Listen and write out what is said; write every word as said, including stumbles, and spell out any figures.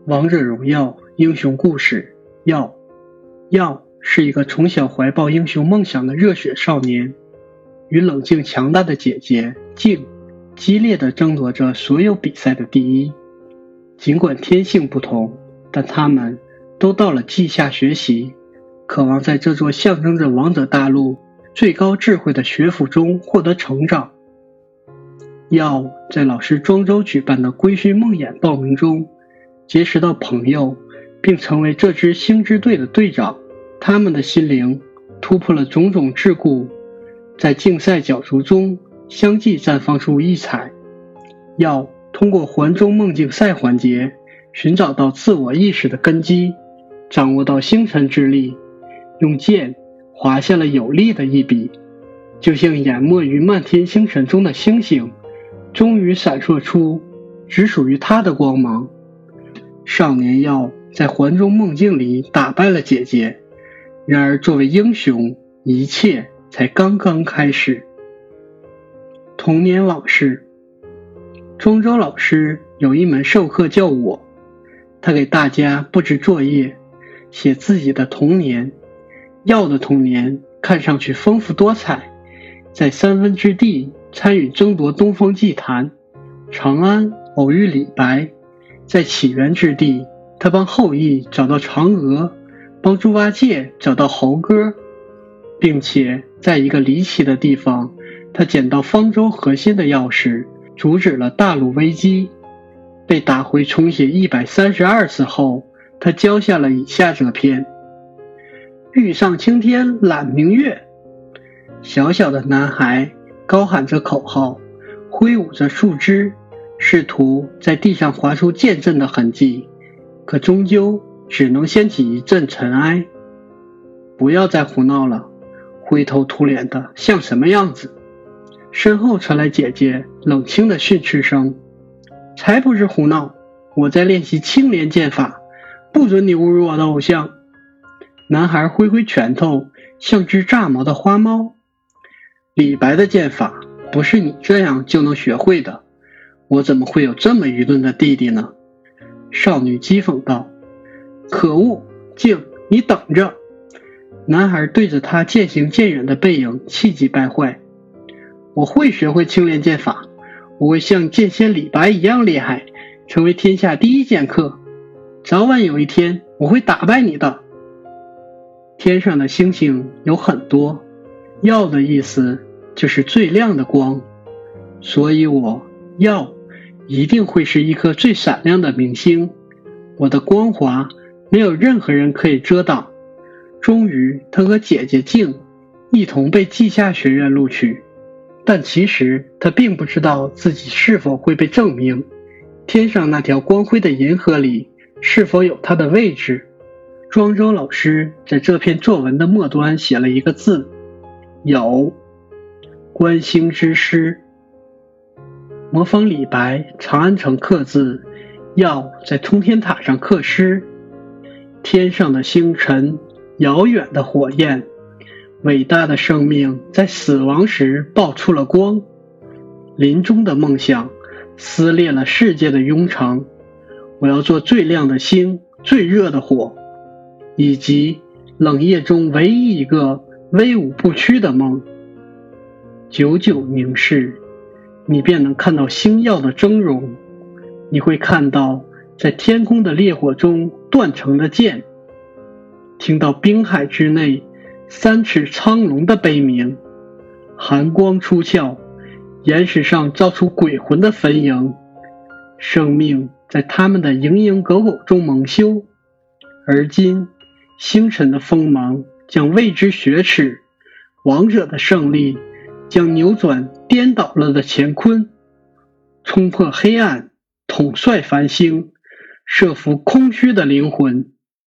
王者荣耀英雄故事，耀。耀是一个从小怀抱英雄梦想的热血少年，与冷静强大的姐姐静激烈地争夺着所有比赛的第一。尽管天性不同，但他们都到了稷下学习，渴望在这座象征着王者大陆最高智慧的学府中获得成长。耀在老师庄周举办的归训梦魇报名中结识到朋友，并成为这支星之队的队长。他们的心灵突破了种种桎梏，在竞赛角逐中相继绽放出异彩。耀通过环中梦竞赛环节寻找到自我意识的根基，掌握到星辰之力，用剑划下了有力的一笔，就像淹没于漫天星辰中的星星，终于闪烁出只属于他的光芒。少年耀在环中梦境里打败了姐姐，然而作为英雄，一切才刚刚开始。童年往事。庄周老师有一门授课叫我，他给大家布置作业，写自己的童年。耀的童年看上去丰富多彩，在三分之地参与争夺东方祭坛，长安偶遇李白，在起源之地他帮后羿找到嫦娥，帮猪八戒找到猴哥，并且在一个离奇的地方，他捡到方舟核心的钥匙，阻止了大陆危机。被打回重写一百三十二次后，他交下了以下这篇：欲上青天揽明月。小小的男孩高喊着口号，挥舞着树枝，试图在地上划出剑阵的痕迹，可终究只能掀起一阵尘埃。不要再胡闹了，灰头土脸的像什么样子？身后传来姐姐冷清的训斥声。才不是胡闹，我在练习青莲剑法，不准你侮辱我的偶像。男孩挥挥拳头，像只炸毛的花猫。李白的剑法不是你这样就能学会的，我怎么会有这么愚钝的弟弟呢？少女讥讽道。可恶，静，你等着。男孩对着他渐行渐远的背影气急败坏。我会学会青莲剑法，我会像剑仙李白一样厉害，成为天下第一剑客。早晚有一天我会打败你的。天上的星星有很多，耀的意思就是最亮的光，所以我耀一定会是一颗最闪亮的明星。我的光华没有任何人可以遮挡。终于他和姐姐静一同被稷下学院录取，但其实他并不知道自己是否会被证明，天上那条光辉的银河里是否有他的位置。庄周老师在这篇作文的末端写了一个字，有。观星之诗。模仿李白长安城刻字，耀在通天塔上刻诗。天上的星辰，遥远的火焰，伟大的生命在死亡时爆出了光。林中的梦想撕裂了世界的庸常，我要做最亮的星，最热的火，以及冷夜中唯一一个威武不屈的梦。久久凝视，你便能看到星耀的峥嵘，你会看到在天空的烈火中断成的剑，听到冰海之内三尺苍龙的悲鸣。寒光出鞘，岩石上造出鬼魂的坟茔，生命在他们的蝇营狗苟中蒙羞。而今星辰的锋芒将为之雪耻，王者的胜利将扭转颠倒了的乾坤，冲破黑暗，统帅繁星，摄服空虚的灵魂。